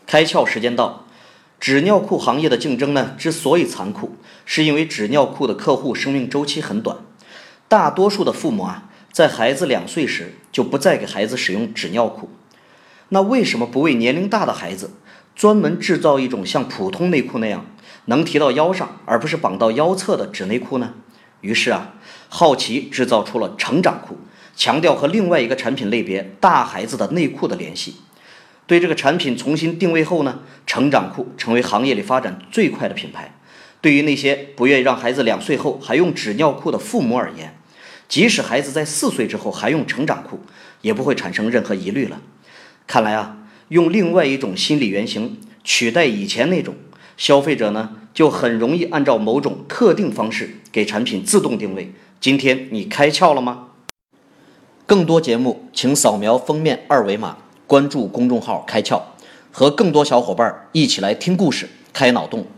开窍时间到。纸尿裤行业的竞争呢，之所以残酷，是因为纸尿裤的客户生命周期很短。大多数的父母在孩子2岁时就不再给孩子使用纸尿裤。那为什么不为年龄大的孩子专门制造一种像普通内裤那样能提到腰上，而不是绑到腰侧的纸内裤呢？于是好奇制造出了成长裤，强调和另外一个产品类别大孩子的内裤的联系。对这个产品重新定位后呢，成长裤成为行业里发展最快的品牌。对于那些不愿意让孩子2岁后还用纸尿裤的父母而言，即使孩子在4岁之后还用成长裤，也不会产生任何疑虑了。看来用另外一种心理原型取代以前那种，消费者呢就很容易按照某种特定方式给产品自动定位。今天你开窍了吗？更多节目请扫描封面2维码，关注公众号开窍，和更多小伙伴一起来听故事，开脑洞。